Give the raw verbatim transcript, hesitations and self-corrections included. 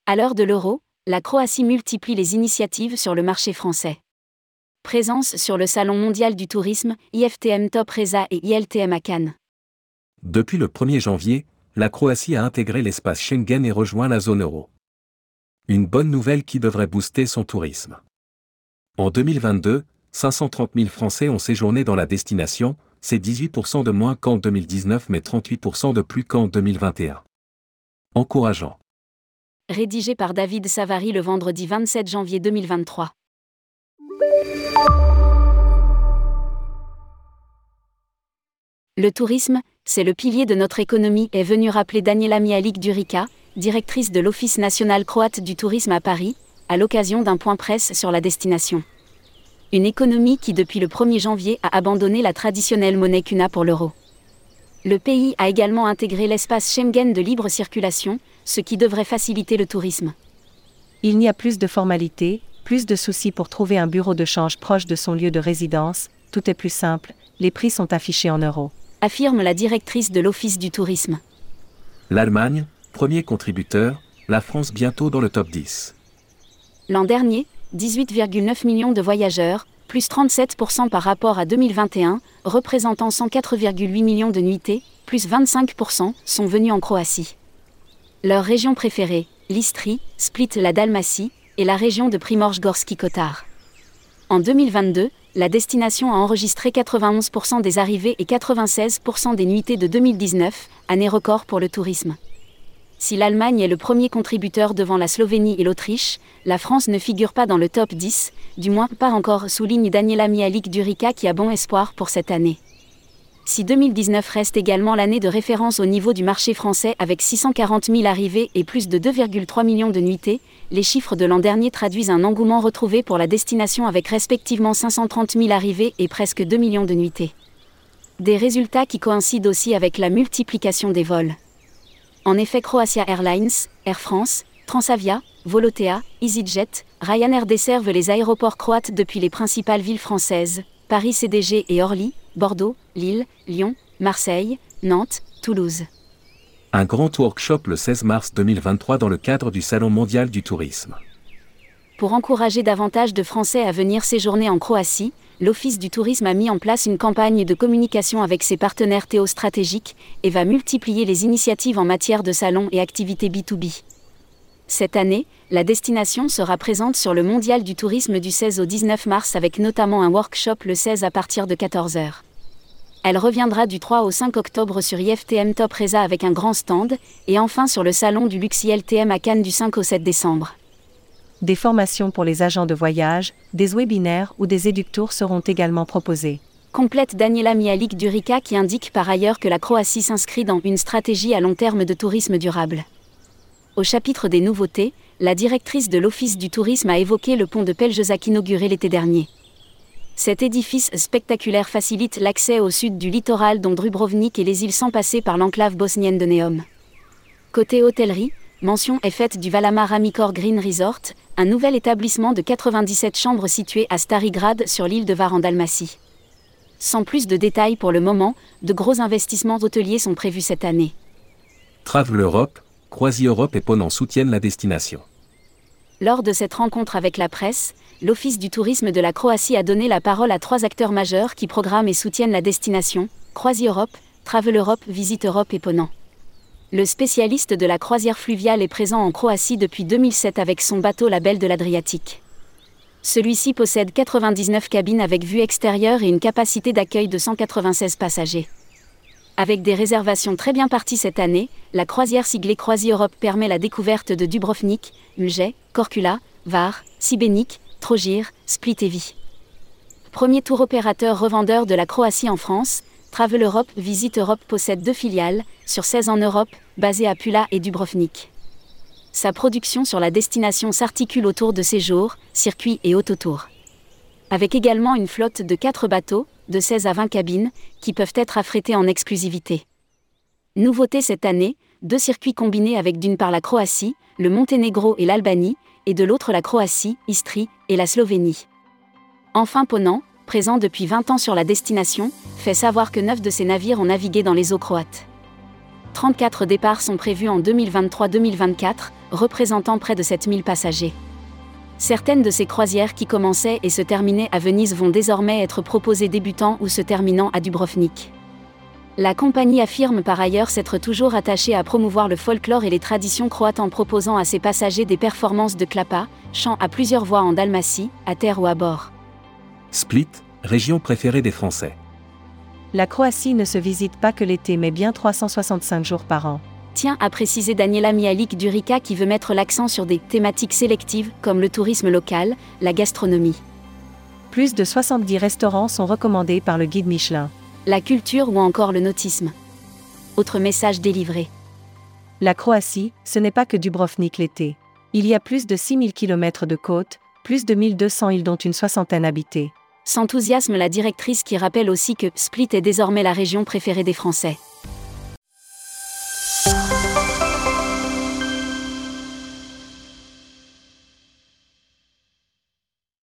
À l'heure de l'euro, la Croatie multiplie les initiatives sur le marché français. Présence sur le Salon mondial du tourisme, I F T M Top Reza et I L T M à Cannes. Depuis le premier janvier, la Croatie a intégré l'espace Schengen et rejoint la zone euro. Une bonne nouvelle qui devrait booster son tourisme. En deux mille vingt-deux, cinq cent trente mille Français ont séjourné dans la destination, c'est dix-huit pour cent de moins qu'en deux mille dix-neuf mais trente-huit pour cent de plus qu'en deux mille vingt et un. Encourageant. Rédigé par David Savary le vendredi vingt-sept janvier deux mille vingt-trois. Le tourisme, c'est le pilier de notre économie, est venue rappeler Daniela Mihalik-Durica, directrice de l'Office national croate du tourisme à Paris, à l'occasion d'un point presse sur la destination. Une économie qui depuis le premier janvier a abandonné la traditionnelle monnaie kuna pour l'euro. Le pays a également intégré l'espace Schengen de libre circulation, ce qui devrait faciliter le tourisme. Il n'y a plus de formalités, plus de soucis pour trouver un bureau de change proche de son lieu de résidence, tout est plus simple, les prix sont affichés en euros. Affirme la directrice de l'Office du tourisme. L'Allemagne, premier contributeur, la France bientôt dans le top dix. L'an dernier, dix-huit virgule neuf millions de voyageurs, plus trente-sept pour cent par rapport à deux mille vingt et un, représentant cent quatre virgule huit millions de nuitées, plus vingt-cinq pour cent, sont venus en Croatie. Leur région préférée, l'Istrie, Split, la Dalmatie, et la région de Primorje-Gorski Kotar. En deux mille vingt-deux, la destination a enregistré quatre-vingt-onze pour cent des arrivées et quatre-vingt-seize pour cent des nuitées de deux mille dix-neuf, année record pour le tourisme. Si l'Allemagne est le premier contributeur devant la Slovénie et l'Autriche, la France ne figure pas dans le top dix, du moins pas encore, souligne Daniela Mihalik-Durica qui a bon espoir pour cette année. Si deux mille dix-neuf reste également l'année de référence au niveau du marché français avec six cent quarante mille arrivées et plus de deux virgule trois millions de nuitées, les chiffres de l'an dernier traduisent un engouement retrouvé pour la destination avec respectivement cinq cent trente mille arrivées et presque deux millions de nuitées. Des résultats qui coïncident aussi avec la multiplication des vols. En effet, Croatia Airlines, Air France, Transavia, Volotea, EasyJet, Ryanair desservent les aéroports croates depuis les principales villes françaises, Paris C D G et Orly, Bordeaux, Lille, Lyon, Marseille, Nantes, Toulouse. Un grand workshop le seize mars deux mille vingt-trois dans le cadre du Salon mondial du tourisme. Pour encourager davantage de Français à venir séjourner en Croatie, l'Office du tourisme a mis en place une campagne de communication avec ses partenaires théostratégiques et va multiplier les initiatives en matière de salons et activités B deux B. Cette année, la destination sera présente sur le Mondial du tourisme du seize au dix-neuf mars avec notamment un workshop le seize à partir de quatorze heures. Elle reviendra du trois au cinq octobre sur I F T M Top Reza avec un grand stand, et enfin sur le salon du luxe I L T M à Cannes du cinq au sept décembre. Des formations pour les agents de voyage, des webinaires ou des éductours seront également proposés. Complète Daniela Mihalik-Durica qui indique par ailleurs que la Croatie s'inscrit dans une stratégie à long terme de tourisme durable. Au chapitre des nouveautés, la directrice de l'Office du tourisme a évoqué le pont de Pelješac inauguré l'été dernier. Cet édifice spectaculaire facilite l'accès au sud du littoral dont Dubrovnik et les îles sans passer par l'enclave bosnienne de Neum. Côté hôtellerie, mention est faite du Valamar Ramikor Green Resort, un nouvel établissement de quatre-vingt-dix-sept chambres situé à Stari Grad sur l'île de Var en Dalmatie. Sans plus de détails pour le moment, de gros investissements hôteliers sont prévus cette année. Travel Europe, Croisi Europe et Ponant soutiennent la destination. Lors de cette rencontre avec la presse, l'Office du tourisme de la Croatie a donné la parole à trois acteurs majeurs qui programment et soutiennent la destination, Croisi Europe, Travel Europe, Visite Europe et Ponant. Le spécialiste de la croisière fluviale est présent en Croatie depuis deux mille sept avec son bateau La Belle de l'Adriatique. Celui-ci possède quatre-vingt-dix-neuf cabines avec vue extérieure et une capacité d'accueil de cent quatre-vingt-seize passagers. Avec des réservations très bien parties cette année, la croisière siglée Croisi Europe permet la découverte de Dubrovnik, Mljet, Korčula, Var, Šibenik, Trogir, Split et Vis. Premier tour opérateur revendeur de la Croatie en France, Travel Europe Visite Europe possède deux filiales, sur seize en Europe, basées à Pula et Dubrovnik. Sa production sur la destination s'articule autour de séjours, circuits et autotours. Avec également une flotte de quatre bateaux, de seize à vingt cabines, qui peuvent être affrétés en exclusivité. Nouveauté cette année, deux circuits combinés avec d'une part la Croatie, le Monténégro et l'Albanie, et de l'autre la Croatie, Istrie, et la Slovénie. Enfin Ponant, présent depuis vingt ans sur la destination, fait savoir que neuf de ses navires ont navigué dans les eaux croates. trente-quatre départs sont prévus en deux mille vingt-trois deux mille vingt-quatre, représentant près de sept mille passagers. Certaines de ces croisières qui commençaient et se terminaient à Venise vont désormais être proposées débutant ou se terminant à Dubrovnik. La compagnie affirme par ailleurs s'être toujours attachée à promouvoir le folklore et les traditions croates en proposant à ses passagers des performances de klapa, chant à plusieurs voix en Dalmatie, à terre ou à bord. Split, région préférée des Français. La Croatie ne se visite pas que l'été mais bien trois cent soixante-cinq jours par an. Tient à préciser Daniela Mialik d'Urica qui veut mettre l'accent sur des thématiques sélectives comme le tourisme local, la gastronomie. Plus de soixante-dix restaurants sont recommandés par le guide Michelin. La culture ou encore le nautisme. Autre message délivré. La Croatie, ce n'est pas que Dubrovnik l'été. Il y a plus de six mille kilomètres de côte, plus de mille deux cents îles dont une soixantaine habitées. S'enthousiasme la directrice qui rappelle aussi que Split est désormais la région préférée des Français.